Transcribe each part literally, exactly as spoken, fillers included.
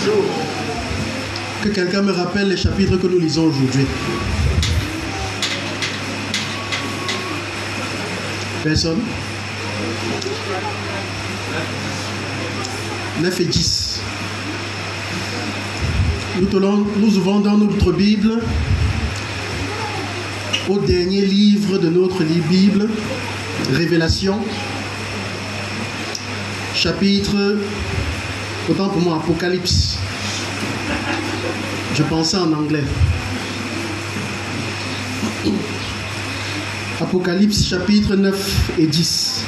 Que quelqu'un me rappelle les chapitres que nous lisons aujourd'hui. Personne? neuf et dix. Nous, tenons, nous ouvrons dans notre Bible au dernier livre de notre Bible, Révélation, chapitre, autant pour moi, Apocalypse. Je pensais en anglais. Apocalypse, chapitre neuf et dix.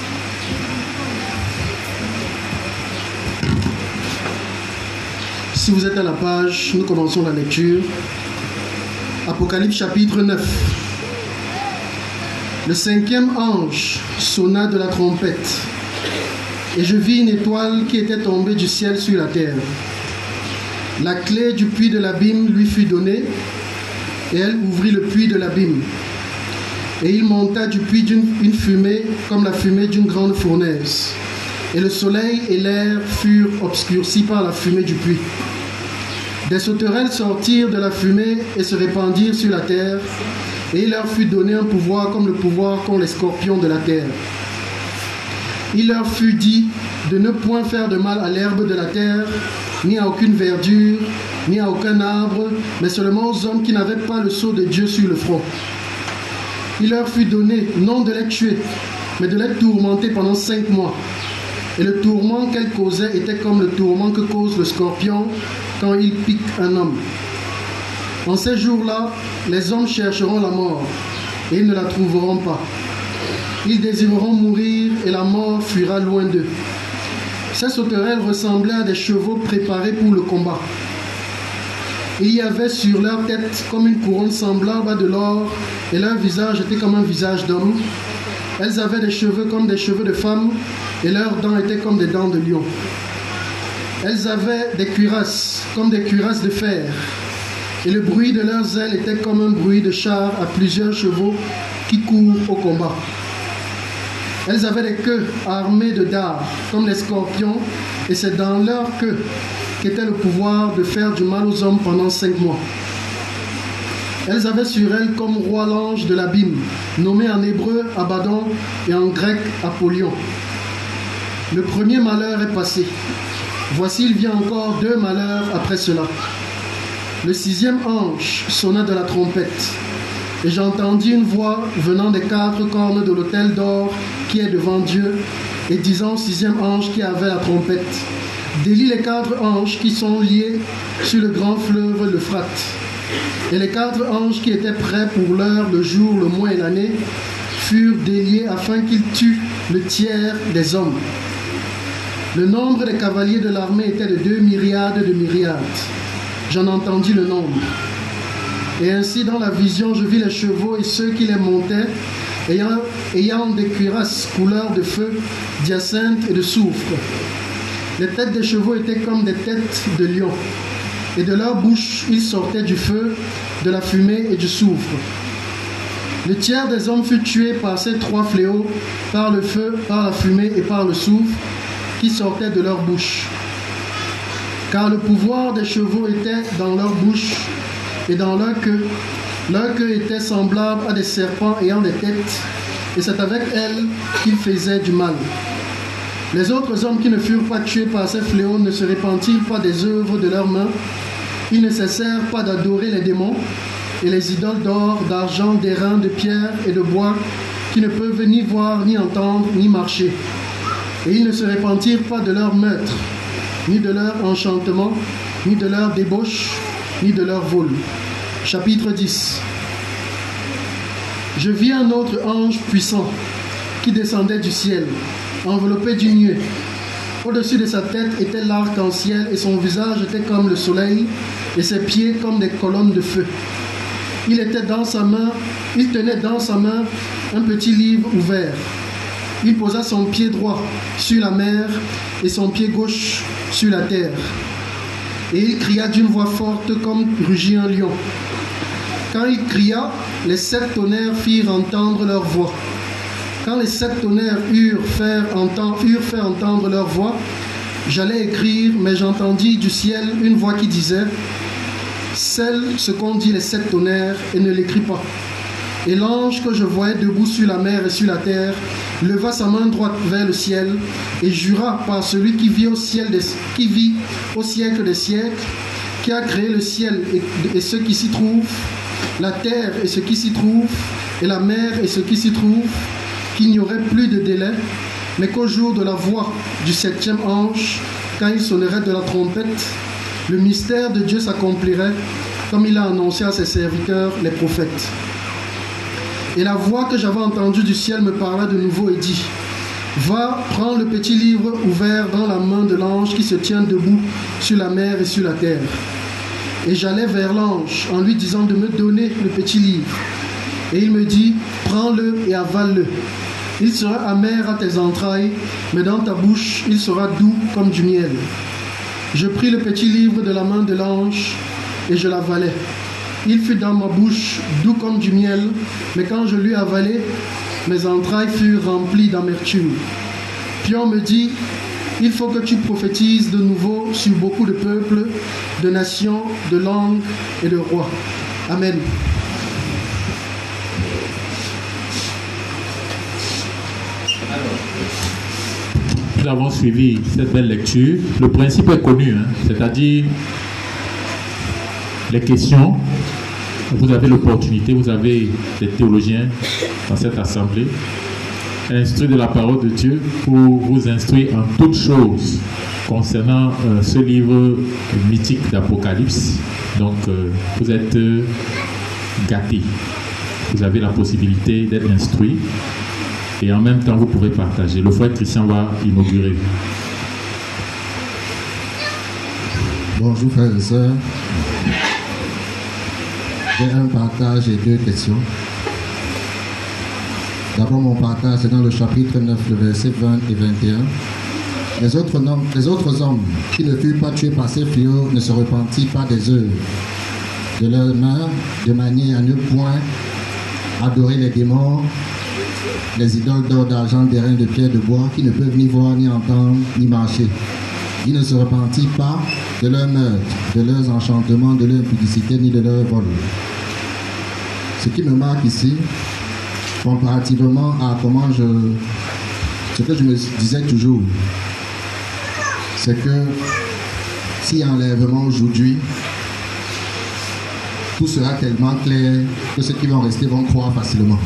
Si vous êtes à la page, nous commençons la lecture. Apocalypse chapitre neuf. Le cinquième ange sonna de la trompette, et je vis une étoile qui était tombée du ciel sur la terre. La clé du puits de l'abîme lui fut donnée, et elle ouvrit le puits de l'abîme. Et il monta du puits d'une une fumée comme la fumée d'une grande fournaise. Et le soleil et l'air furent obscurcis par la fumée du puits. Des sauterelles sortirent de la fumée et se répandirent sur la terre, et il leur fut donné un pouvoir comme le pouvoir qu'ont les scorpions de la terre. Il leur fut dit de ne point faire de mal à l'herbe de la terre, ni à aucune verdure, ni à aucun arbre, mais seulement aux hommes qui n'avaient pas le sceau de Dieu sur le front. Il leur fut donné non de les tuer, mais de les tourmenter pendant cinq mois. Et le tourment qu'elle causait était comme le tourment que cause le scorpion quand il pique un homme. En ces jours-là, les hommes chercheront la mort, et ils ne la trouveront pas. Ils désireront mourir, et la mort fuira loin d'eux. Ces sauterelles ressemblaient à des chevaux préparés pour le combat. Et il y avait sur leur tête comme une couronne semblable à de l'or, et leur visage était comme un visage d'homme. Elles avaient des cheveux comme des cheveux de femmes, et leurs dents étaient comme des dents de lion. Elles avaient des cuirasses, comme des cuirasses de fer, et le bruit de leurs ailes était comme un bruit de char à plusieurs chevaux qui courent au combat. Elles avaient des queues armées de dards, comme les scorpions, et c'est dans leur queue qu'était le pouvoir de faire du mal aux hommes pendant cinq mois. Elles avaient sur elles comme roi l'ange de l'abîme, nommé en hébreu Abaddon et en grec Apollyon. Le premier malheur est passé. Voici, il vient encore deux malheurs après cela. Le sixième ange sonna de la trompette, et j'entendis une voix venant des quatre cornes de l'autel d'or qui est devant Dieu, et disant au sixième ange qui avait la trompette, délie les quatre anges qui sont liés sur le grand fleuve l'Euphrate. Et les quatre anges qui étaient prêts pour l'heure, le jour, le mois et l'année furent déliés afin qu'ils tuent le tiers des hommes. Le nombre des cavaliers de l'armée était de deux myriades de myriades. J'en entendis le nombre. Et ainsi dans la vision je vis les chevaux et ceux qui les montaient, ayant, ayant des cuirasses couleur de feu, d'hyacinthe et de soufre. Les têtes des chevaux étaient comme des têtes de lions. Et de leur bouche, il sortait du feu, de la fumée et du soufre. Le tiers des hommes fut tué par ces trois fléaux, par le feu, par la fumée et par le soufre, qui sortaient de leur bouche. Car le pouvoir des chevaux était dans leur bouche et dans leur queue. Leur queue était semblable à des serpents ayant des têtes, et c'est avec elles qu'ils faisaient du mal. Les autres hommes qui ne furent pas tués par ces fléaux ne se répendirent pas des œuvres de leurs mains. Ils ne cessèrent pas d'adorer les démons et les idoles d'or, d'argent, d'airain, de pierre et de bois qui ne peuvent ni voir, ni entendre, ni marcher. Et ils ne se répendirent pas de leur meurtre, ni de leur enchantement, ni de leur débauche, ni de leur vol. Chapitre dix. Je vis un autre ange puissant qui descendait du ciel, enveloppé d'une nuée. Au-dessus de sa tête était l'arc-en-ciel et son visage était comme le soleil et ses pieds comme des colonnes de feu. Il était dans sa main, il tenait dans sa main un petit livre ouvert. Il posa son pied droit sur la mer et son pied gauche sur la terre. Et il cria d'une voix forte comme rugit un lion. Quand il cria, les sept tonnerres firent entendre leur voix. Quand les sept tonnerres eurent fait entendre, eurent fait entendre leur voix, J'allais écrire, mais j'entendis du ciel une voix qui disait « Scelle ce qu'ont dit les sept tonnerres et ne l'écris pas. » Et l'ange que je voyais debout sur la mer et sur la terre leva sa main droite vers le ciel et jura par celui qui vit au, ciel des, qui vit au siècle des siècles, qui a créé le ciel et, et ce qui s'y trouve, la terre et ce qui s'y trouve, et la mer et ce qui s'y trouve, qu'il n'y aurait plus de délai, mais qu'au jour de la voix du septième ange, quand il sonnerait de la trompette, le mystère de Dieu s'accomplirait, comme il a annoncé à ses serviteurs, les prophètes. Et la voix que j'avais entendue du ciel me parla de nouveau et dit « Va, prends le petit livre ouvert dans la main de l'ange qui se tient debout sur la mer et sur la terre. » Et j'allai vers l'ange en lui disant de me donner le petit livre. Et il me dit « Prends-le et avale-le. Il sera amer à tes entrailles, mais dans ta bouche, il sera doux comme du miel. » Je pris le petit livre de la main de l'ange et je l'avalai. Il fut dans ma bouche doux comme du miel, mais quand je l'eus avalé, mes entrailles furent remplies d'amertume. Puis on me dit, il faut que tu prophétises de nouveau sur beaucoup de peuples, de nations, de langues et de rois. Amen. Nous avons suivi cette belle lecture. Le principe est connu, hein, c'est-à-dire les questions. Vous avez l'opportunité, vous avez des théologiens dans cette assemblée, instruits de la parole de Dieu pour vous instruire en toutes choses concernant euh, ce livre mythique d'Apocalypse. Donc, euh, vous êtes euh, gâtés. Vous avez la possibilité d'être instruits et en même temps, vous pouvez partager. Le frère Christian va inaugurer. Bonjour frères et sœurs. J'ai un partage et deux questions. D'abord, mon partage est dans le chapitre neuf, le verset vingt et vingt et un. Les autres, hommes, les autres hommes qui ne furent pas tués par ces fléaux ne se repentirent pas des œuvres de leurs mains, de manière à ne point adorer les démons, les idoles d'or, d'argent, d'airain, de pierre, de bois, qui ne peuvent ni voir, ni entendre, ni marcher. Ils ne se repentirent pas de leur meurtre, de leurs enchantements, de leur impudicité, ni de leur vol. Ce qui me marque ici, comparativement à comment je... ce que je me disais toujours, c'est que s'il y a enlèvement aujourd'hui, tout sera tellement clair que ceux qui vont rester vont croire facilement.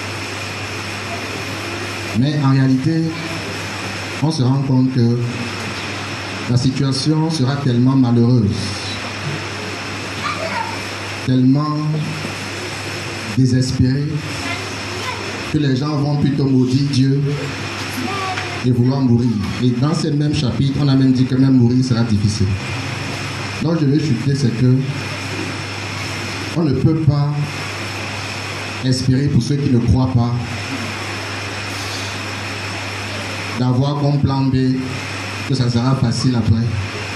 Mais en réalité, on se rend compte que la situation sera tellement malheureuse, tellement désespérée, que les gens vont plutôt maudire Dieu et vouloir mourir. Et dans ce même chapitre, on a même dit que même mourir sera difficile. Donc je veux chuter, c'est que on ne peut pas espérer pour ceux qui ne croient pas d'avoir comme plan B que ça sera facile après.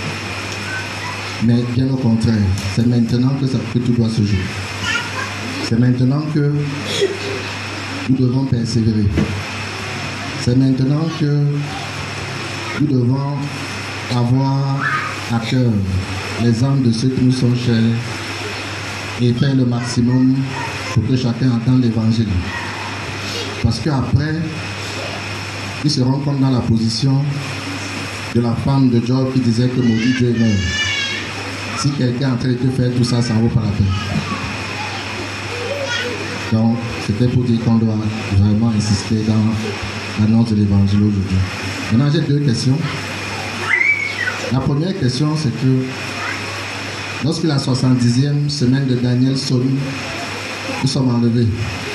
Mais bien au contraire, c'est maintenant que, ça, que tout doit se jouer. C'est maintenant que nous devons persévérer. C'est maintenant que nous devons avoir à cœur les âmes de ceux qui nous sont chers et faire le maximum pour que chacun entende l'évangile. Parce qu'après, ils seront comme dans la position de la femme de Job qui disait que maudit Dieu est mort. Si quelqu'un est en train de te faire tout ça, ça ne vaut pas la peine. Donc, c'était pour dire qu'on doit vraiment insister dans l'annonce de l'évangile aujourd'hui. Maintenant, j'ai deux questions. La première question, c'est que lorsque la soixante-dixième semaine de Daniel sonne, nous sommes enlevés.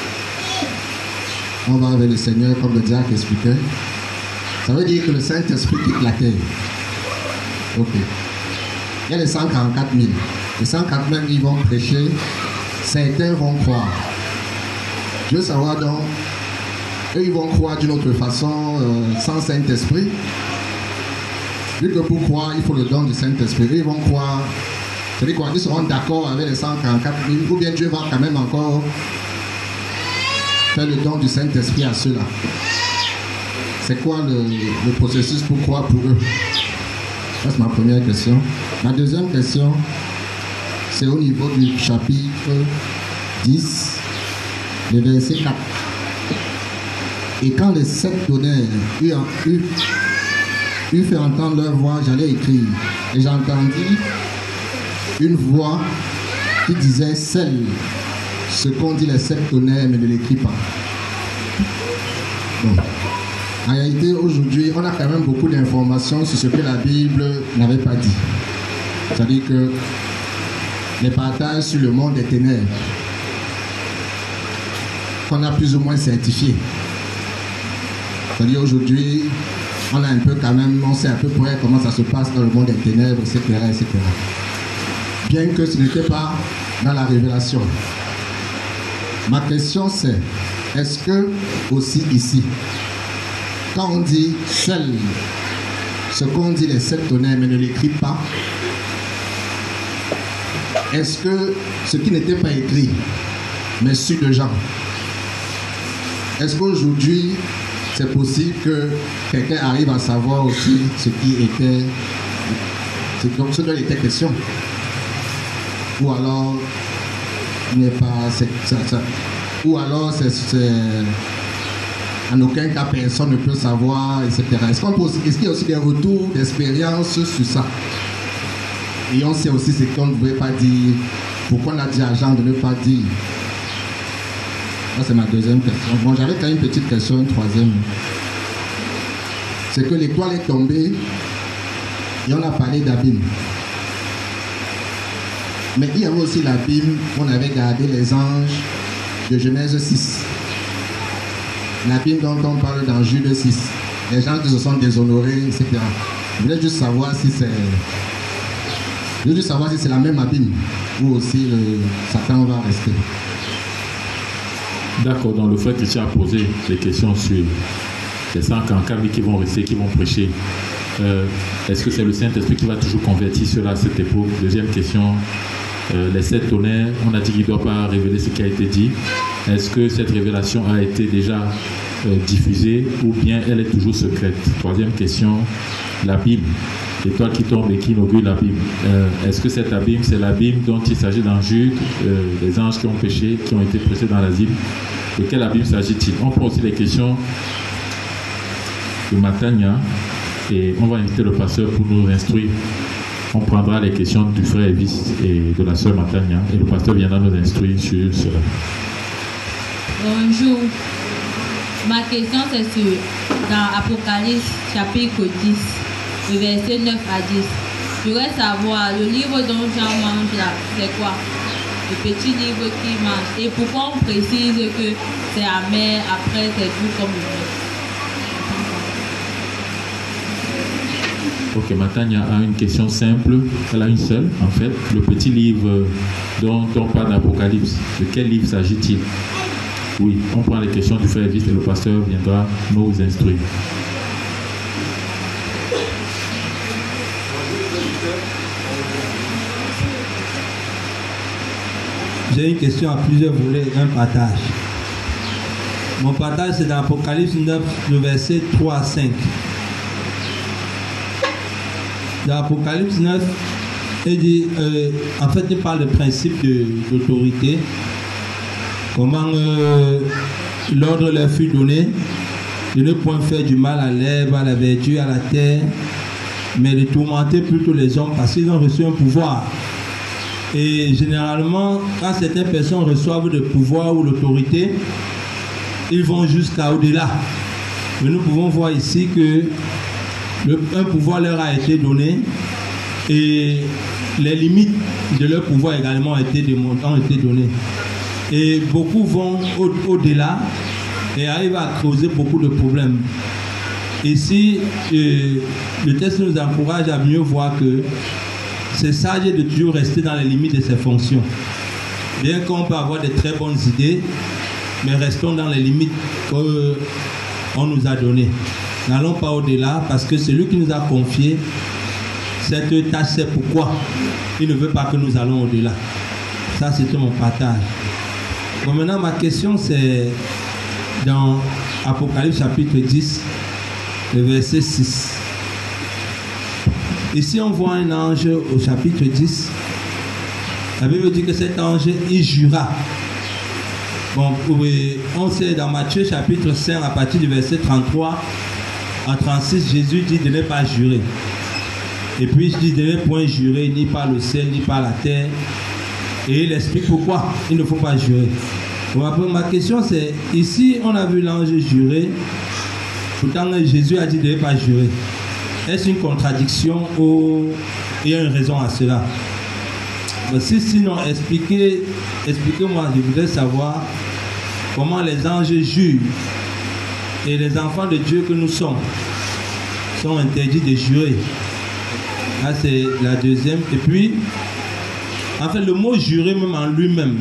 On va avec le Seigneur, comme le diacre expliquait. Ça veut dire que le Saint-Esprit quitte la terre. Ok. Il y a les cent quarante-quatre mille. Les cent quarante mille, ils vont prêcher. Certains vont croire. Je veux savoir donc, eux, ils vont croire d'une autre façon, euh, sans Saint-Esprit. Vu que pour croire, il faut le don du Saint-Esprit. Eux, ils vont croire. C'est-à-dire quoi? Ils seront d'accord avec les cent quarante-quatre mille. Ou bien Dieu va quand même encore faire le don du Saint-Esprit à ceux-là. C'est quoi le, le processus pour croire pour eux? Ça, c'est ma première question. Ma deuxième question, c'est au niveau du chapitre dix, le verset quatre. Et quand les sept tonnerres eurent, eurent, eurent fait entendre leur voix, j'allais écrire. Et j'entendis une voix qui disait, scelle ce qu'ont dit les sept tonnerres, mais ne l'écris pas. Bon. En réalité, aujourd'hui, on a quand même beaucoup d'informations sur ce que la Bible n'avait pas dit. C'est-à-dire que les partages sur le monde des ténèbres, qu'on a plus ou moins certifiés. C'est-à-dire aujourd'hui, on a un peu quand même, on sait à peu près comment ça se passe dans le monde des ténèbres, et cetera, et cetera. Bien que ce n'était pas dans la révélation. Ma question c'est, est-ce que aussi ici, quand on dit seul, ce qu'on dit les sept tonnerres, mais ne l'écrit pas, est-ce que ce qui n'était pas écrit, mais su de gens, est-ce qu'aujourd'hui, c'est possible que quelqu'un arrive à savoir aussi ce qui était, donc ce dont il était question? Ou alors, il n'est pas, c'est, ça, ça, ou alors c'est, c'est, en aucun cas personne ne peut savoir, et cetera. Est-ce, qu'on peut, est-ce qu'il y a aussi des retours d'expérience sur ça? Et on sait aussi ce qu'on ne pouvait pas dire, pourquoi on a dit à Jean de ne pas dire. Ça, c'est ma deuxième question. Bon, j'avais quand même une petite question, une troisième. C'est que l'étoile est tombée et on a parlé d'abîme. Mais il y avait aussi l'abîme, on avait gardé les anges de Genèse six. L'abîme dont on parle dans Jude six. Les gens qui se sont déshonorés, et cetera. Je voulais juste savoir si c'est... Je voulais juste savoir si c'est la même abîme ou aussi le Satan va rester. D'accord, donc le frère Christian a posé des questions sur les cinq encadrés qui vont rester, qui vont prêcher. Euh, est-ce que c'est le Saint-Esprit qui va toujours convertir cela à cette époque? Deuxième question, euh, les sept tonnerres, on a dit qu'il ne doit pas révéler ce qui a été dit. Est-ce que cette révélation a été déjà euh, diffusée ou bien elle est toujours secrète? Troisième question, l'abîme, l'étoile qui tombe et qui inaugure l'abîme. Euh, est-ce que cet abîme, c'est l'abîme dont il s'agit dans Jude, euh, les anges qui ont péché, qui ont été pressés dans l'asile? De quel abîme s'agit-il? On prend aussi les questions de Matania et on va inviter le pasteur pour nous instruire. On prendra les questions du frère Evis et de la sœur Matania et le pasteur viendra nous instruire sur cela. Bonjour. Ma question c'est sur dans Apocalypse chapitre dix, le verset neuf à dix. Je voudrais savoir, le livre dont Jean mange là, c'est quoi? Le petit livre qu'il mange. Et pourquoi on précise que c'est amer, après c'est doux comme le miel? Ok, Matania a une question simple, elle a une seule en fait. Le petit livre dont on parle d'Apocalypse, de quel livre s'agit-il? Oui, on prend les questions du frère Evis et le pasteur viendra nous instruire. J'ai une question à plusieurs volets et un partage. Mon partage c'est dans Apocalypse neuf, le verset trois à cinq. Dans Apocalypse neuf, il dit, euh, en fait, il parle du principe de, d'autorité. Comment euh, l'ordre leur fut donné de ne point faire du mal à l'herbe, à la verdure, à la terre, mais de tourmenter plutôt les hommes parce qu'ils ont reçu un pouvoir. Et généralement, quand certaines personnes reçoivent le pouvoir ou l'autorité, ils vont jusqu'à au-delà. Mais nous pouvons voir ici que le, un pouvoir leur a été donné et les limites de leur pouvoir également ont été, ont été données. Et beaucoup vont au, au-delà et arrivent à causer beaucoup de problèmes. Ici, euh, le texte nous encourage à mieux voir que c'est sage de toujours rester dans les limites de ses fonctions. Bien qu'on peut avoir de très bonnes idées, mais restons dans les limites qu'on nous a données. N'allons pas au-delà parce que celui qui nous a confié cette tâche, c'est pourquoi il ne veut pas que nous allons au-delà. Ça, c'était mon partage. Bon, maintenant, ma question, c'est dans Apocalypse chapitre dix, le verset six. Ici, on voit un ange au chapitre dix. La Bible dit que cet ange, il jura. Bon, oui, on sait dans Matthieu chapitre cinq, à partir du verset trente-trois à trente-six, Jésus dit de ne pas jurer. Et puis il dit de ne point jurer ni par le ciel, ni par la terre. Et il explique pourquoi il ne faut pas jurer. Bon, après, ma question c'est, ici on a vu l'ange jurer, pourtant Jésus a dit de ne pas jurer. Est-ce une contradiction ou il y a une raison à cela? Ben, si sinon, expliquez, expliquez-moi, je voudrais savoir comment les anges jurent et les enfants de Dieu que nous sommes sont interdits de jurer. Là c'est la deuxième. Et puis, en fait, le mot jurer même en lui-même,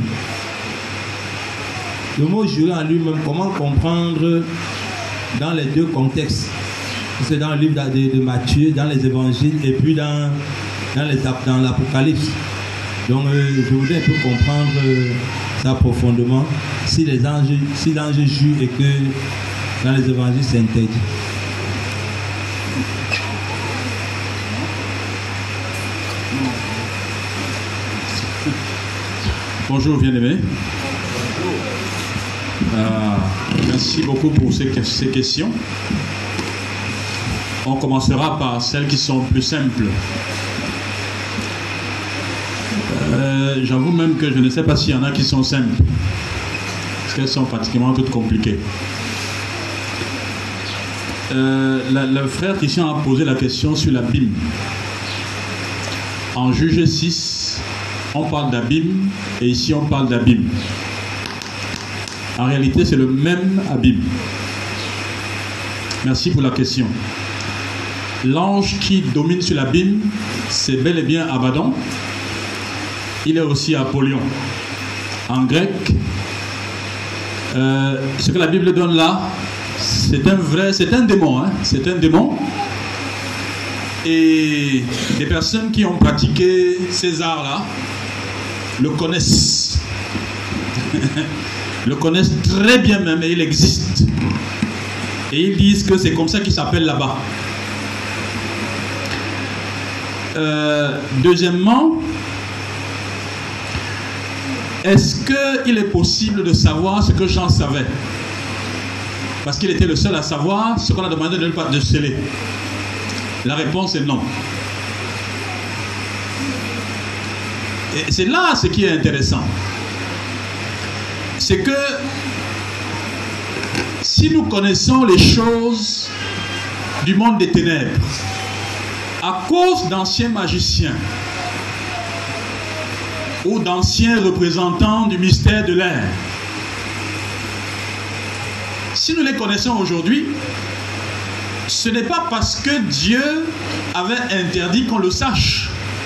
le mot jurer en lui-même, comment comprendre dans les deux contextes? C'est dans le livre de, de Matthieu, dans les évangiles et puis dans, dans, les, dans l'Apocalypse. Donc euh, je voudrais un peu comprendre euh, ça profondément, si les anges, si l'ange jure et que dans les évangiles c'est interdit. Bonjour bien-aimés. Euh, merci beaucoup pour ces, ces questions. On commencera par celles qui sont plus simples. Euh, j'avoue même que je ne sais pas s'il y en a qui sont simples, parce qu'elles sont pratiquement toutes compliquées. Euh, la, le frère Christian a posé la question sur l'abîme. En Juge six, on parle d'abîme, et ici on parle d'abîme. En réalité, c'est le même abîme. Merci pour la question. L'ange qui domine sur l'abîme, c'est bel et bien Abaddon. Il est aussi Apollyon. En grec, euh, ce que la Bible donne là, c'est un vrai, c'est un démon. Hein? C'est un démon. Et les personnes qui ont pratiqué ces arts-là le connaissent. le connaissent très bien même, et il existe. Et ils disent que c'est comme ça qu'il s'appelle là-bas. Euh, deuxièmement, est-ce qu'il est possible de savoir ce que Jean savait? Parce qu'il était le seul à savoir ce qu'on a demandé de ne pas sceller. La réponse est non. Et c'est là ce qui est intéressant. C'est que si nous connaissons les choses du monde des ténèbres, à cause d'anciens magiciens ou d'anciens représentants du mystère de l'air, si nous les connaissons aujourd'hui, ce n'est pas parce que Dieu avait interdit qu'on le sache.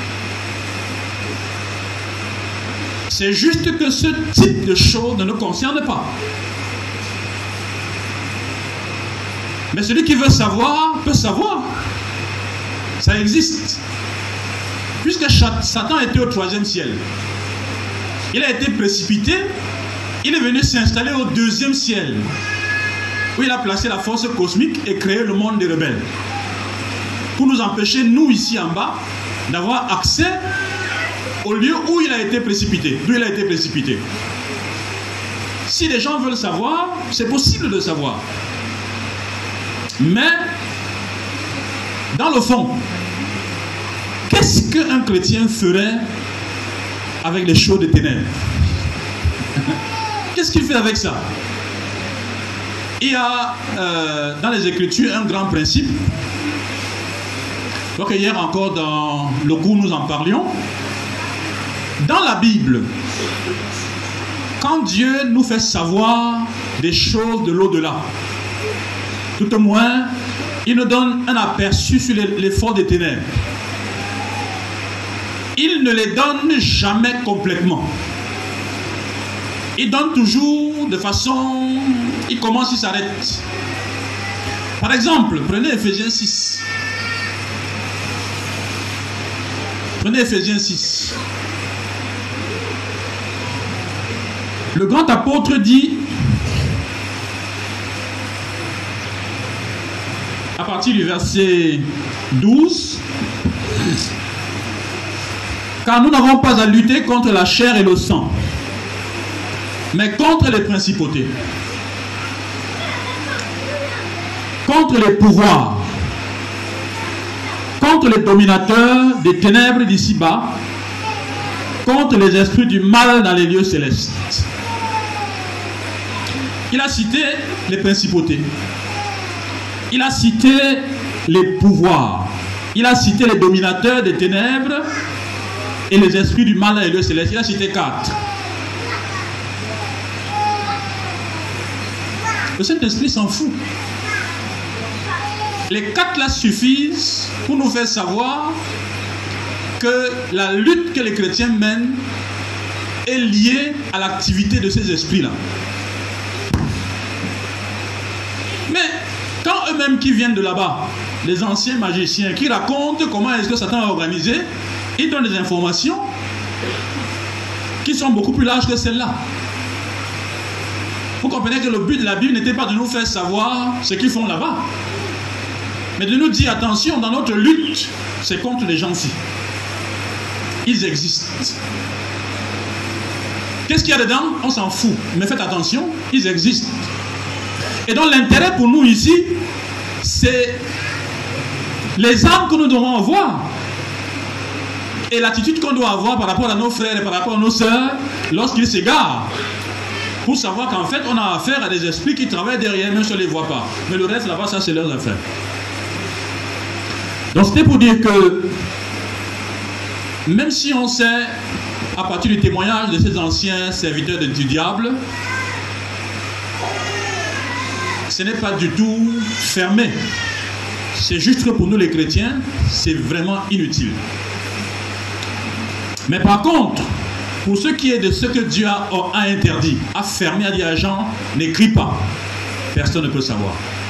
C'est juste que ce type de choses ne nous concerne pas. Mais celui qui veut savoir, peut savoir. Ça existe. Puisque Satan était au troisième ciel, il a été précipité, il est venu s'installer au deuxième ciel, où il a placé la force cosmique et créé le monde des rebelles, pour nous empêcher, nous ici en bas, d'avoir accès au lieu où il a été précipité, d'où il a été précipité. Si les gens veulent savoir, c'est possible de savoir. Mais, dans le fond, qu'est-ce qu'un chrétien ferait avec les choses des ténèbres? Qu'est-ce qu'il fait avec ça? Il y a euh, dans les Écritures un grand principe. Donc hier encore dans le cours nous en parlions. Dans la Bible, quand Dieu nous fait savoir des choses de l'au-delà, tout au moins, il nous donne un aperçu sur les, les forces des ténèbres. Il ne les donne jamais complètement. Il donne toujours de façon... Il commence, il s'arrête. Par exemple, prenez Ephésiens six. Prenez Ephésiens six. Le grand apôtre dit, à partir du verset douze, Car nous n'avons pas à lutter contre la chair et le sang, mais contre les principautés, contre les pouvoirs, contre les dominateurs des ténèbres d'ici-bas, contre les esprits du mal dans les lieux célestes. Il a cité les principautés, il a cité les pouvoirs, il a cité les dominateurs des ténèbres et les esprits du mal dans les lieux célestes. Il a cité quatre. Le Saint-Esprit s'en fout. Les quatre là suffisent pour nous faire savoir que la lutte que les chrétiens mènent est liée à l'activité de ces esprits-là. Mais quand eux-mêmes qui viennent de là-bas, les anciens magiciens, qui racontent comment est-ce que Satan a organisé, ils donnent des informations qui sont beaucoup plus larges que celles-là. Vous comprenez que le but de la Bible n'était pas de nous faire savoir ce qu'ils font là-bas, mais de nous dire, attention, dans notre lutte, c'est contre les gentils. Ils existent. Qu'est-ce qu'il y a dedans? On s'en fout. Mais faites attention, ils existent. Et donc l'intérêt pour nous ici, c'est les âmes que nous devons avoir. Et l'attitude qu'on doit avoir par rapport à nos frères et par rapport à nos sœurs lorsqu'ils s'égarent. Pour savoir qu'en fait, on a affaire à des esprits qui travaillent derrière, même si on ne les voit pas. Mais le reste là-bas, ça c'est leurs affaires. Donc c'était pour dire que même si on sait, à partir du témoignage de ces anciens serviteurs du diable, ce n'est pas du tout fermé. C'est juste que pour nous les chrétiens, c'est vraiment inutile. Mais par contre, pour ce qui est de ce que Dieu a, a interdit, a fermé, a dit à Jean, n'écris pas. Personne ne peut savoir.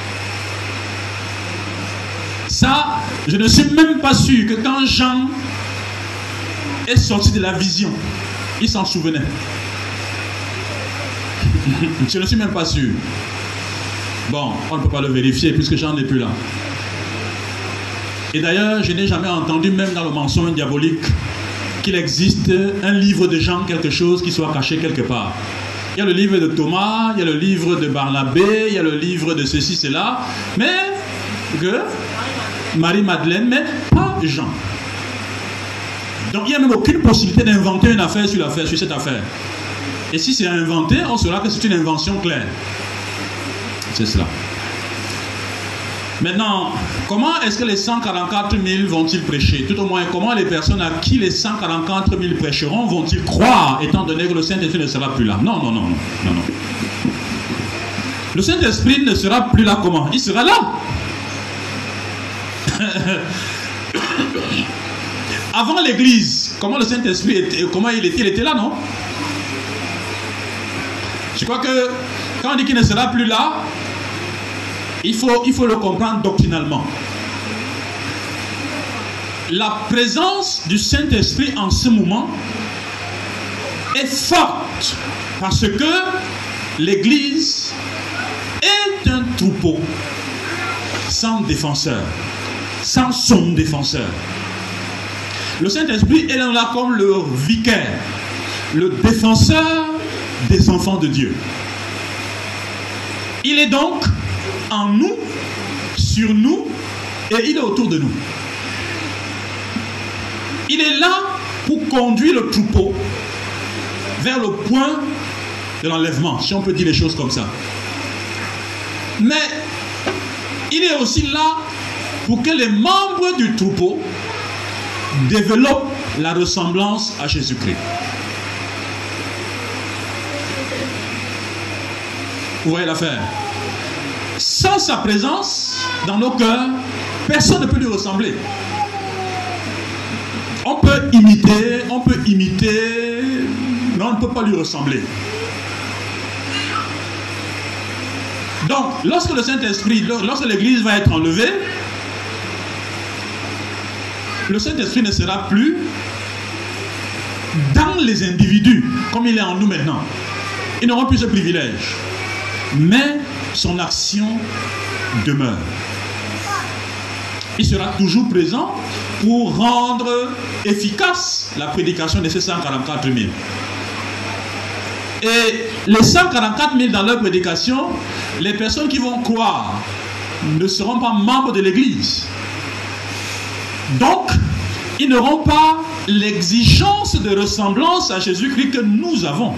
Ça, je ne suis même pas sûr que quand Jean est sorti de la vision, il s'en souvenait. Je ne suis même pas sûr. Bon, on ne peut pas le vérifier puisque Jean n'est plus là. Et d'ailleurs, je n'ai jamais entendu, même dans le mensonge diabolique, qu'il existe un livre de Jean, quelque chose qui soit caché quelque part. Il y a le livre de Thomas, il y a le livre de Barnabé, il y a le livre de ceci, cela, mais que Marie-Madeleine, mais pas Jean. Donc il n'y a même aucune possibilité d'inventer une affaire sur l'affaire, sur cette affaire. Et si c'est inventé, on saura que c'est une invention claire. C'est cela. Maintenant, comment est-ce que les cent quarante-quatre mille vont-ils prêcher? Tout au moins, comment les personnes à qui les cent quarante-quatre mille prêcheront vont-ils croire, étant donné que le Saint-Esprit ne sera plus là? Non, non, non, non, non, non. Le Saint-Esprit ne sera plus là comment? Il sera là. Avant l'Église, comment le Saint-Esprit était, comment il était, il était là, non? Je crois que quand on dit qu'il ne sera plus là, il faut, il faut le comprendre doctrinalement. La présence du Saint-Esprit en ce moment est forte parce que l'Église est un troupeau sans défenseur, sans son défenseur. Le Saint-Esprit est là comme le vicaire, le défenseur des enfants de Dieu. Il est donc en nous, sur nous, et il est autour de nous. Il est là pour conduire le troupeau vers le point de l'enlèvement, si on peut dire les choses comme ça. Mais il est aussi là pour que les membres du troupeau développent la ressemblance à Jésus-Christ. Vous voyez l'affaire? Sans sa présence dans nos cœurs, personne ne peut lui ressembler. On peut imiter, on peut imiter, mais on ne peut pas lui ressembler. Donc, lorsque le Saint-Esprit, lorsque l'Église va être enlevée, le Saint-Esprit ne sera plus dans les individus, comme il est en nous maintenant. Ils n'auront plus ce privilège. Mais son action demeure. Il sera toujours présent pour rendre efficace la prédication de ces cent quarante-quatre mille. Et les cent quarante-quatre mille dans leur prédication, les personnes qui vont croire ne seront pas membres de l'Église. Donc, ils n'auront pas l'exigence de ressemblance à Jésus-Christ que nous avons.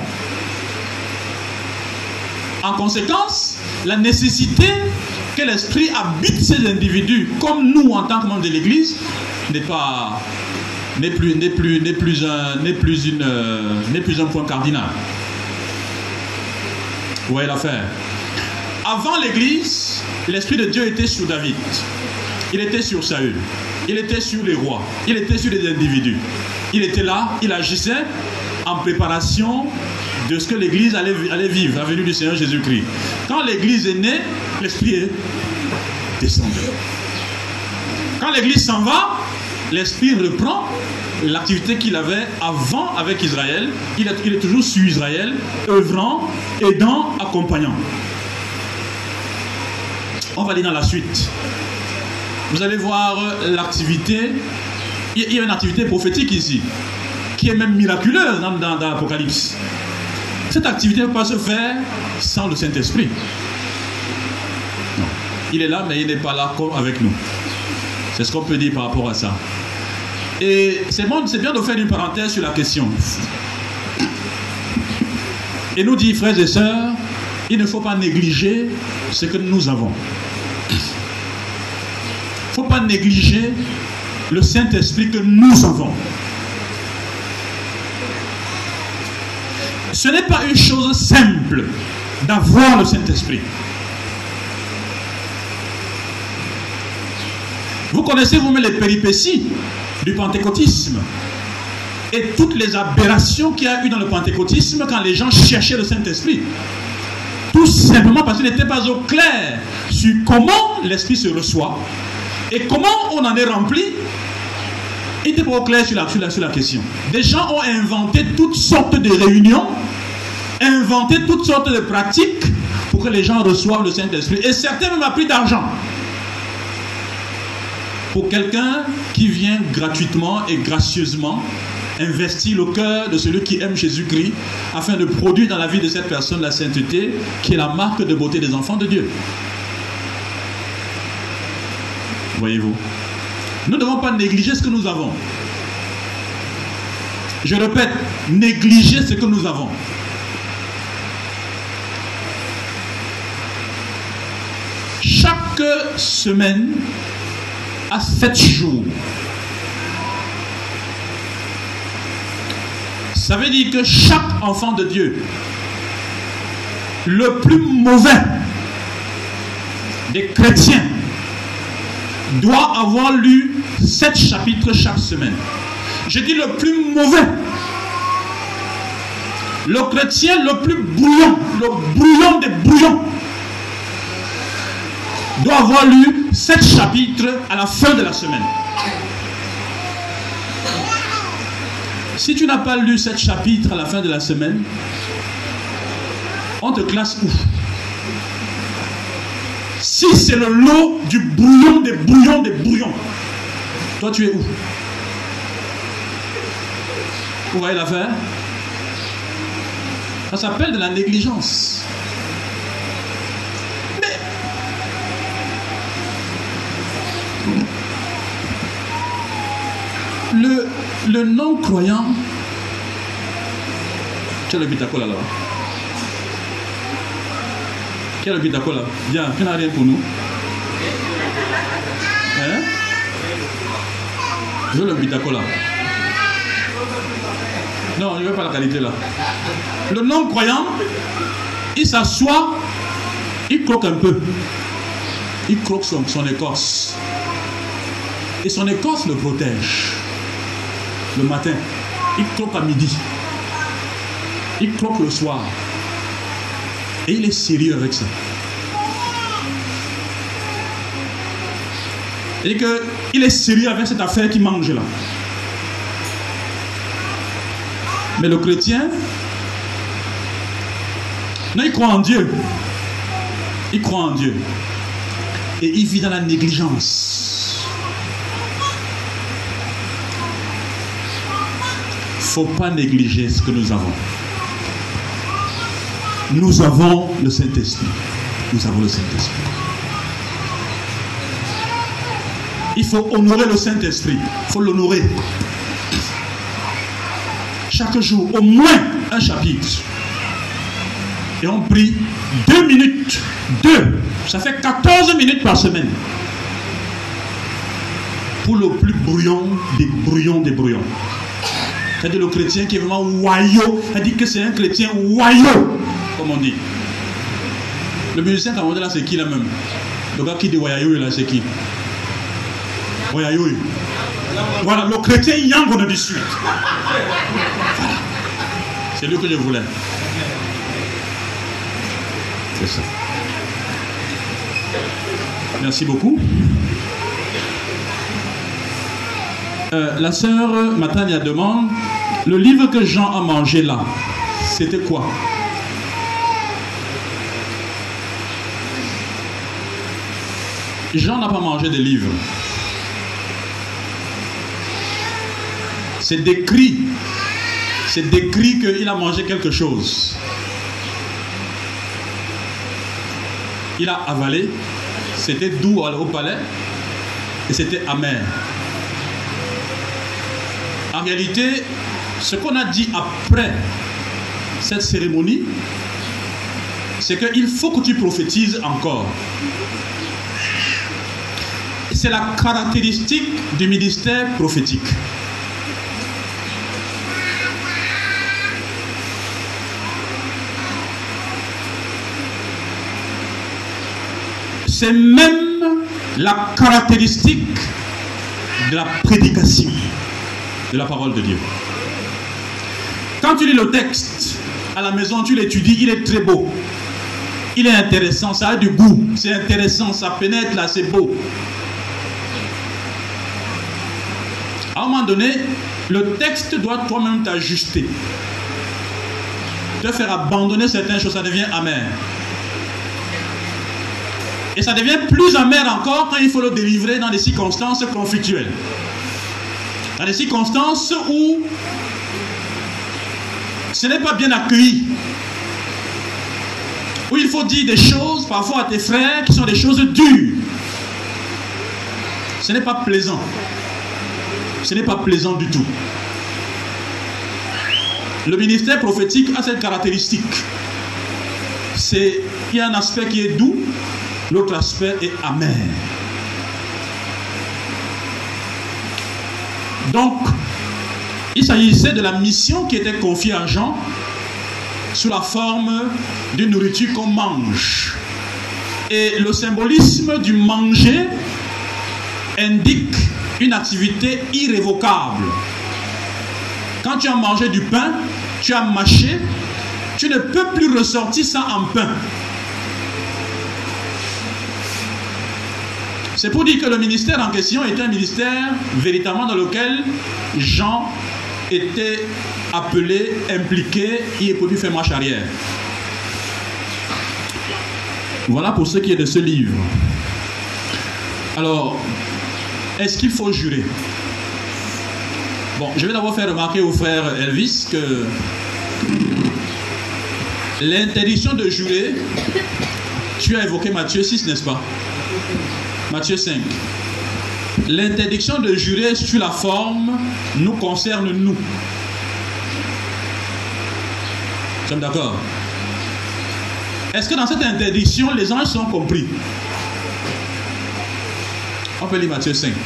En conséquence, la nécessité que l'Esprit habite ces individus, comme nous en tant que membres de l'Église, n'est pas, n'est plus, n'est plus, n'est plus un, n'est plus une, euh, n'est plus un point cardinal. Vous voyez l'affaire. Avant l'Église, l'Esprit de Dieu était sur David, il était sur Saül, il était sur les rois, il était sur les individus. Il était là, il agissait en préparation de ce que l'Église allait, allait vivre, la venue du Seigneur Jésus-Christ. Quand l'Église est née, l'Esprit est descendu. Quand l'Église s'en va, l'Esprit reprend l'activité qu'il avait avant avec Israël. Il est, il est toujours sur Israël, œuvrant, aidant, accompagnant. On va aller dans la suite. Vous allez voir l'activité. Il y a une activité prophétique ici, qui est même miraculeuse dans, dans, dans l'Apocalypse. Cette activité ne peut pas se faire sans le Saint-Esprit. Non. Il est là, mais il n'est pas là comme avec nous. C'est ce qu'on peut dire par rapport à ça. Et c'est bon, c'est bien de faire une parenthèse sur la question. Et nous dit, frères et sœurs, il ne faut pas négliger ce que nous avons. Il ne faut pas négliger le Saint-Esprit que nous avons. Ce n'est pas une chose simple d'avoir le Saint-Esprit. Vous connaissez vous-même les péripéties du pentecôtisme et toutes les aberrations qu'il y a eu dans le pentecôtisme quand les gens cherchaient le Saint-Esprit. Tout simplement parce qu'ils n'étaient pas au clair sur comment l'Esprit se reçoit et comment on en est rempli. Ils n'étaient pas au clair sur la, sur, la, sur la question. Des gens ont inventé toutes sortes de réunions, inventé toutes sortes de pratiques pour que les gens reçoivent le Saint-Esprit. Et certains même ont pris d'argent pour quelqu'un qui vient gratuitement et gracieusement investir le cœur de celui qui aime Jésus-Christ afin de produire dans la vie de cette personne la sainteté qui est la marque de beauté des enfants de Dieu. Voyez-vous, nous ne devons pas négliger ce que nous avons. Je répète, négliger ce que nous avons. Chaque semaine a sept jours. Ça veut dire que chaque enfant de Dieu, le plus mauvais des chrétiens, doit avoir lu sept chapitres chaque semaine. Je dis le plus mauvais. Le chrétien le plus brouillon, le brouillon des brouillons, doit avoir lu sept chapitres à la fin de la semaine. Si tu n'as pas lu sept chapitres à la fin de la semaine, on te classe où? Si c'est le lot du brouillon des brouillons des brouillons, toi tu es où? Vous voyez l'affaire? Ça s'appelle de la négligence. Mais le, le non-croyant, tu as le bitacola là-bas. Qui a le bitacola? Viens, tu n'as rien pour nous. Hein? Je veux le bitacola. Non, je ne veux pas la qualité là. Le non-croyant, il s'assoit, il croque un peu. Il croque son, son écorce. Et son écorce le protège. Le matin, il croque à midi. Il croque le soir. Et il est sérieux avec ça. Et qu'il est sérieux avec cette affaire qu'il mange là. Mais le chrétien, non, il croit en Dieu. Il croit en Dieu. Et il vit dans la négligence. faut pas négliger ce que nous avons. Nous avons le Saint-Esprit. Nous avons le Saint-Esprit. Il faut honorer le Saint-Esprit. Il faut l'honorer. Chaque jour, au moins un chapitre. Et on prie deux minutes. Deux. Ça fait quatorze minutes par semaine. Pour le plus brouillon des brouillons des brouillons. C'est-à-dire le chrétien qui est vraiment wayo. Elle dit que c'est un chrétien wayo. Comme on dit. Le musicien camerounais là, c'est qui là même? Le gars qui dit wayo là, c'est qui? Wayo. Voilà, le chrétien yang on a dit suite. Voilà. C'est lui que je voulais. C'est ça. Merci beaucoup. Euh, la sœur Matania demande, le livre que Jean a mangé là, c'était quoi? Jean n'a pas mangé de livre. C'est décrit. C'est décrit qu'il a mangé quelque chose. Il a avalé. C'était doux au palais. Et c'était amer. En réalité, ce qu'on a dit après cette cérémonie, c'est qu'il faut que tu prophétises encore. C'est la caractéristique du ministère prophétique. C'est même la caractéristique de la prédication de la parole de Dieu. Quand tu lis le texte à la maison, tu l'étudies, il est très beau. Il est intéressant, ça a du goût, c'est intéressant, ça pénètre là, c'est beau. À un moment donné, le texte doit toi-même t'ajuster. Te faire abandonner certaines choses, ça devient amer. Et ça devient plus amer encore quand il faut le délivrer dans des circonstances conflictuelles. Dans des circonstances où ce n'est pas bien accueilli. Où il faut dire des choses parfois à tes frères qui sont des choses dures. Ce n'est pas plaisant. Ce n'est pas plaisant du tout. Le ministère prophétique a cette caractéristique. C'est, il y a un aspect qui est doux, l'autre aspect est amer. Donc, il s'agissait de la mission qui était confiée à Jean sous la forme d'une nourriture qu'on mange. Et le symbolisme du manger indique une activité irrévocable. Quand tu as mangé du pain, tu as mâché, tu ne peux plus ressortir ça en pain. C'est pour dire que le ministère en question était un ministère véritablement dans lequel Jean était appelé, impliqué, il est pu faire marche arrière. Voilà pour ce qui est de ce livre. Alors, est-ce qu'il faut jurer? Bon, je vais d'abord faire remarquer au frère Elvis que l'interdiction de jurer, tu as évoqué Matthieu six, n'est-ce pas? Matthieu cinq. L'interdiction de jurer sur la forme nous concerne nous. Nous sommes d'accord? Est-ce que dans cette interdiction, les anges sont compris? On peut lire Matthieu cinq.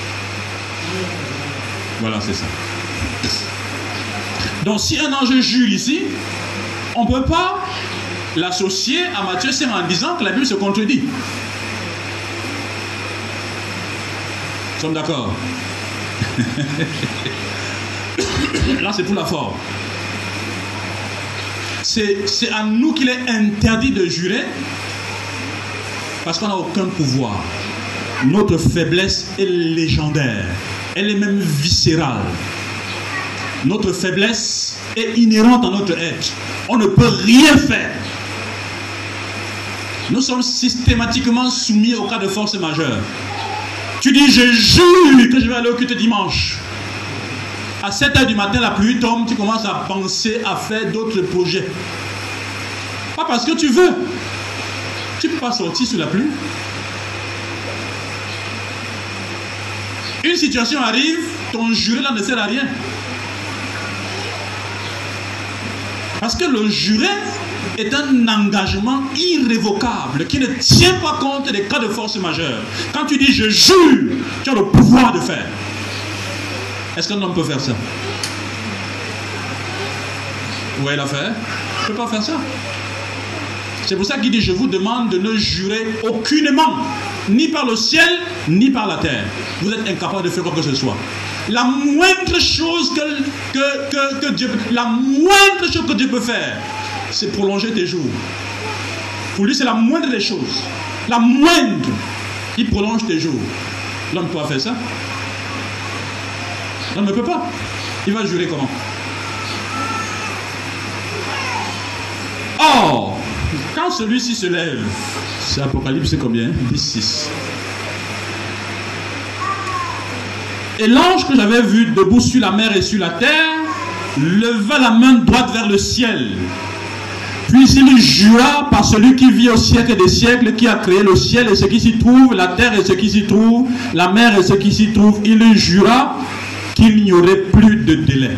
Voilà, c'est ça. Donc, si un ange jure ici, on ne peut pas l'associer à Matthieu cinq en disant que la Bible se contredit. Nous sommes d'accord? Là, c'est pour la forme. C'est à nous qu'il est interdit de jurer parce qu'on n'a aucun pouvoir. Notre faiblesse est légendaire. Elle est même viscérale. Notre faiblesse est inhérente à notre être. On ne peut rien faire. Nous sommes systématiquement soumis au cas de force majeure. Tu dis, je jure que je vais aller au culte dimanche. À sept heures du matin, la pluie tombe, tu commences à penser à faire d'autres projets. Pas parce que tu veux. Tu ne peux pas sortir sous la pluie. Une situation arrive, ton juré là ne sert à rien. Parce que le juré est un engagement irrévocable qui ne tient pas compte des cas de force majeure. Quand tu dis je jure, tu as le pouvoir de faire. Est-ce qu'un homme peut faire ça? Vous voyez l'affaire? Il ne peut pas faire ça. C'est pour ça qu'il dit je vous demande de ne jurer aucunement, ni par le ciel, ni par la terre. Vous êtes incapable de faire quoi que ce soit. La moindre chose que, que, que, que Dieu, la moindre chose que Dieu peut faire, c'est prolonger tes jours. Pour lui, c'est la moindre des choses. La moindre. Il prolonge tes jours. L'homme peut faire ça? L'homme ne peut pas. Il va jurer comment? Or, quand celui-ci se lève, c'est Apocalypse, c'est combien? dix six. Et l'ange que j'avais vu debout sur la mer et sur la terre leva la main droite vers le ciel. Puis il jura par celui qui vit au siècle des siècles, qui a créé le ciel et ce qui s'y trouve, la terre et ce qui s'y trouve, la mer et ce qui s'y trouve. Il jura qu'il n'y aurait plus de délai.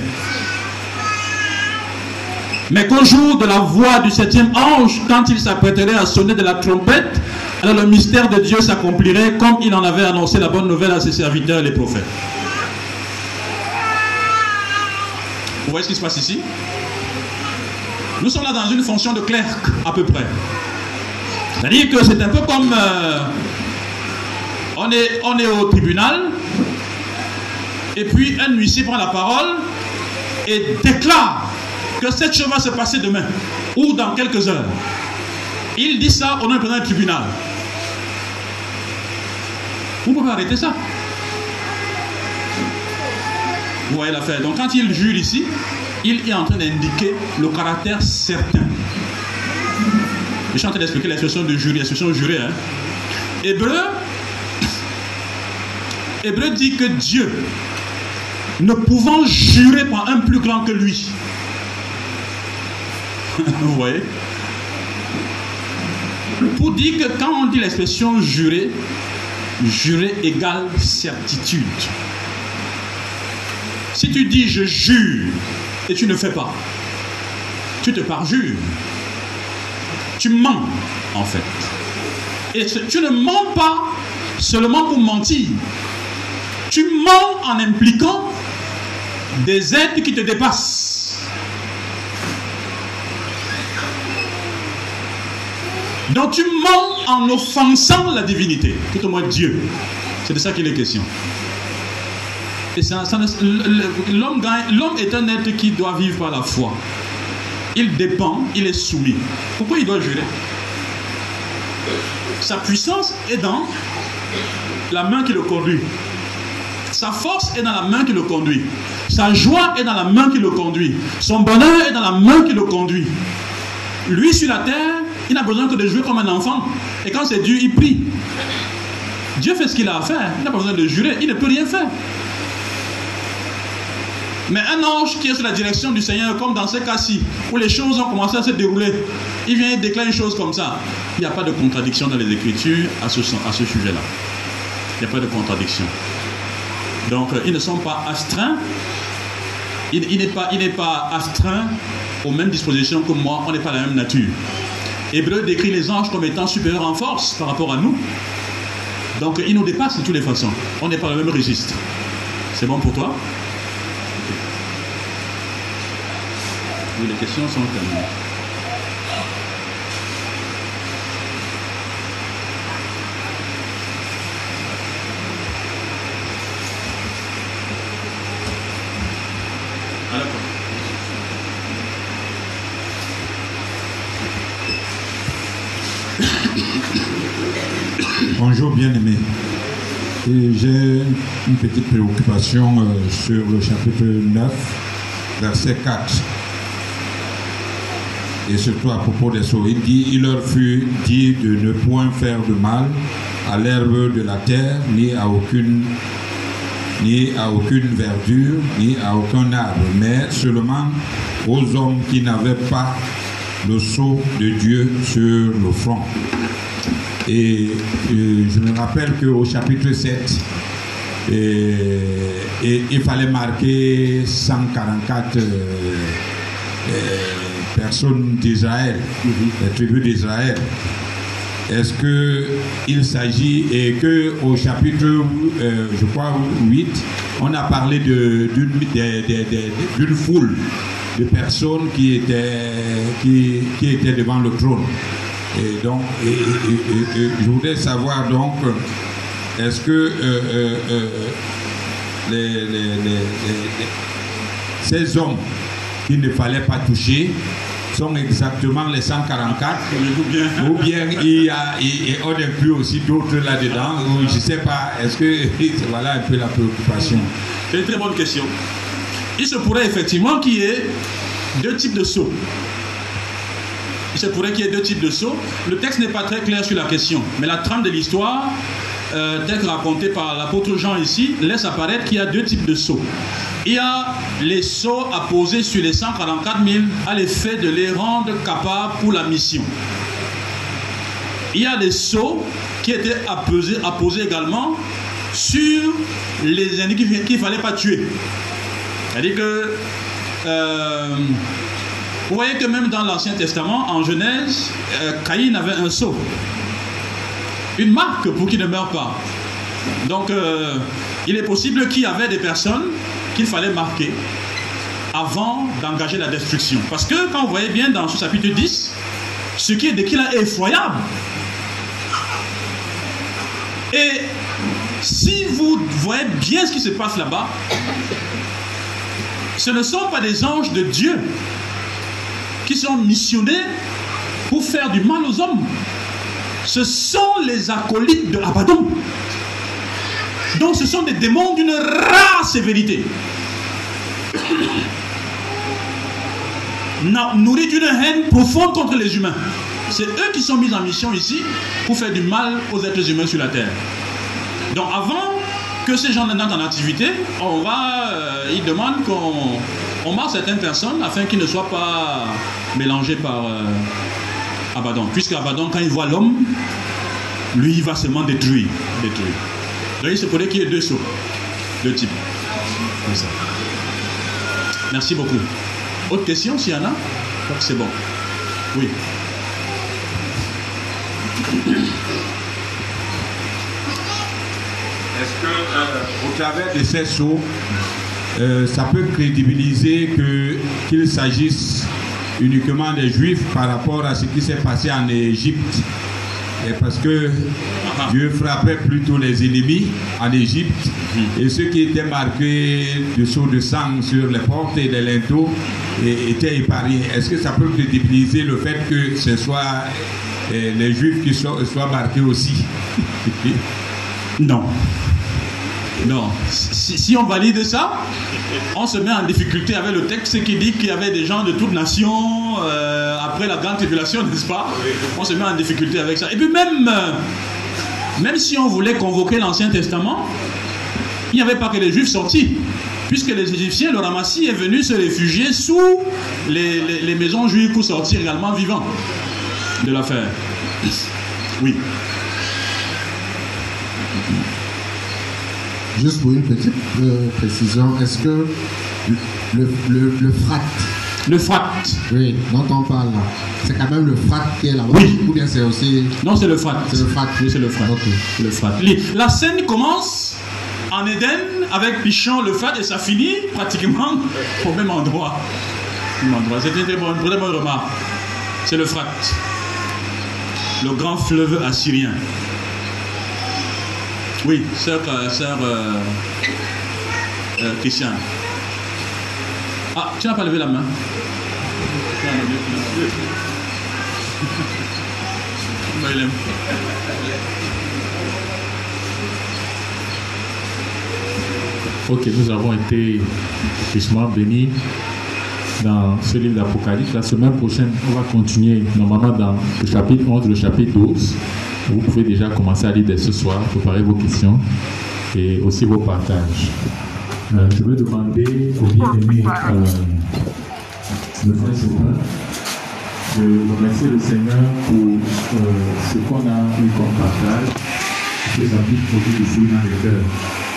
Mais qu'au jour de la voix du septième ange, quand il s'apprêterait à sonner de la trompette, alors le mystère de Dieu s'accomplirait comme il en avait annoncé la bonne nouvelle à ses serviteurs les prophètes. Vous voyez ce qui se passe ici? Nous sommes là dans une fonction de clerc, à peu près. C'est-à-dire que c'est un peu comme... Euh, on, est, on est au tribunal, et puis un huissier prend la parole et déclare que cette chose va se passer demain, ou dans quelques heures. Il dit ça au nom du président du tribunal. Vous pouvez arrêter ça. Vous voyez l'affaire. Donc quand il jure ici, il est en train d'indiquer le caractère certain. Je suis en train d'expliquer l'expression de jurer, l'expression jurée. Hein. Hébreu, Hébreu dit que Dieu, ne pouvant jurer par un plus grand que lui. Vous voyez? Pour dire que quand on dit l'expression jurer, jurer égale certitude. Si tu dis je jure et tu ne fais pas, tu te parjures. Tu mens en fait. Et tu ne mens pas seulement pour mentir. Tu mens en impliquant des êtres qui te dépassent. Donc tu mens en offensant la divinité, tout au moins Dieu. C'est de ça qu'il est question. Et ça, ça, l'homme, l'homme est un être qui doit vivre par la foi. Il dépend, il est soumis. Pourquoi il doit jurer? Sa puissance est dans la main qui le conduit. Sa force est dans la main qui le conduit. Sa joie est dans la main qui le conduit. Son bonheur est dans la main qui le conduit. Lui sur la terre, il n'a besoin que de jouer comme un enfant. Et quand c'est Dieu, il prie. Dieu fait ce qu'il a à faire. Il n'a pas besoin de jurer. Il ne peut rien faire. Mais un ange qui est sous la direction du Seigneur, comme dans ce cas-ci, où les choses ont commencé à se dérouler, il vient et déclare une chose comme ça. Il n'y a pas de contradiction dans les Écritures à ce, à ce sujet-là. Il n'y a pas de contradiction. Donc, ils ne sont pas astreints. Il, il n'est pas, il n'est pas astreint aux mêmes dispositions que moi. On n'est pas de la même nature. Hébreu décrit les anges comme étant supérieurs en force par rapport à nous. Donc, ils nous dépassent de toutes les façons. On n'est pas dans le même registre. C'est bon pour toi? Okay. Oui, les questions sont terminées. Bonjour bien-aimé. J'ai une petite préoccupation euh, sur le chapitre neuf, verset quatre. Et surtout à propos des sots. Il dit, il leur fut dit de ne point faire de mal à l'herbe de la terre, ni à aucune ni à aucune verdure, ni à aucun arbre, mais seulement aux hommes qui n'avaient pas le sceau de Dieu sur le front. Et, et je me rappelle qu'au chapitre sept, et, et, il fallait marquer cent quarante-quatre euh, euh, personnes d'Israël, les tribus d'Israël. Est-ce qu'il s'agit, et qu'au chapitre, euh, je crois, huit, on a parlé d'une d'une foule de personnes qui étaient, qui, qui étaient devant le trône. Et donc, et, et, et, et, je voudrais savoir donc, est-ce que euh, euh, euh, les, les, les, les, ces hommes qu'il ne fallait pas toucher sont exactement les cent quarante-quatre, ou bien il y a, il, on inclut aussi d'autres là-dedans, ou je ne sais pas, est-ce que voilà un peu la préoccupation? C'est une très bonne question. Il se pourrait effectivement qu'il y ait deux types de sceaux. Il se pourrait qu'il y ait deux types de sceaux. Le texte n'est pas très clair sur la question, mais la trame de l'histoire, euh, telle que racontée par l'apôtre Jean ici, laisse apparaître qu'il y a deux types de sceaux. Il y a les sceaux apposés sur les cent quarante-quatre mille à l'effet de les rendre capables pour la mission. Il y a des sceaux qui étaient apposés, apposés également sur les individus qu'il ne fallait pas tuer. C'est-à-dire que euh, vous voyez que même dans l'Ancien Testament, en Genèse, euh, Caïn avait un sceau, une marque pour qu'il ne meure pas. Donc euh, il est possible qu'il y avait des personnes qu'il fallait marquer avant d'engager la destruction. Parce que quand vous voyez bien dans ce chapitre dix, ce qui est décrit là est effroyable. Et si vous voyez bien ce qui se passe là-bas, ce ne sont pas des anges de Dieu qui sont missionnés pour faire du mal aux hommes. Ce sont les acolytes de Abaddon. Donc ce sont des démons d'une rare sévérité, nourris d'une haine profonde contre les humains. C'est eux qui sont mis en mission ici pour faire du mal aux êtres humains sur la terre. Donc avant que ces gens n'entrent en activité, on va, euh, ils demandent qu'on on marque certaines personnes afin qu'ils ne soient pas mélangés par euh, Abaddon. Puisque Abaddon, quand il voit l'homme, lui il va seulement détruire, détruire. Donc il se pourrait qu'il y ait deux sauts, deux types. Comme ça. Merci beaucoup. Autre question s'il y en a? Je crois que c'est bon. Oui. Est-ce que, euh, au travers de ces sceaux, euh, ça peut crédibiliser que, qu'il s'agisse uniquement des Juifs par rapport à ce qui s'est passé en Égypte? Et parce que Dieu frappait plutôt les ennemis en Égypte, et ceux qui étaient marqués de sceaux de sang sur les portes et les linteaux et, étaient épargnés. Est-ce que ça peut crédibiliser le fait que ce soit eh, les Juifs qui soient, soient marqués aussi? Non. Non. Si, si on valide ça, on se met en difficulté avec le texte qui dit qu'il y avait des gens de toutes nations euh, après la grande tribulation, n'est-ce pas? On se met en difficulté avec ça. Et puis même, euh, même si on voulait convoquer l'Ancien Testament, il n'y avait pas que les Juifs sortis. Puisque les Égyptiens, le Ramassis est venu se réfugier sous les, les, les maisons juives pour sortir également vivants de l'affaire. Oui. Juste pour une petite euh, précision, est-ce que le, le, le frat, le frat, oui, dont on parle là, c'est quand même le frat qui est là-bas? Oui. Ou bien c'est aussi... Non, c'est le frat. C'est le frat. Oui, c'est le frat. Okay. Le frat. La scène commence en Éden avec Pichon, le frat, et ça finit pratiquement au même endroit. Même endroit. C'est une très bonne, très bonne remarque. C'est le frat. Le grand fleuve assyrien. Oui, sœur, sœur euh, euh, Christiane. Ah, tu n'as pas levé la main. Ok, nous avons été richement bénis dans ce livre d'Apocalypse. La semaine prochaine, on va continuer normalement dans le chapitre onze, le chapitre douze. Vous pouvez déjà commencer à lire dès ce soir, préparer vos questions. et aussi vos partages. Euh, je veux demander au bien-aimé euh, le frère Sylvain de remercier le Seigneur pour euh, ce qu'on a eu comme partage, que ça puisse produire du fruit dans les cœurs.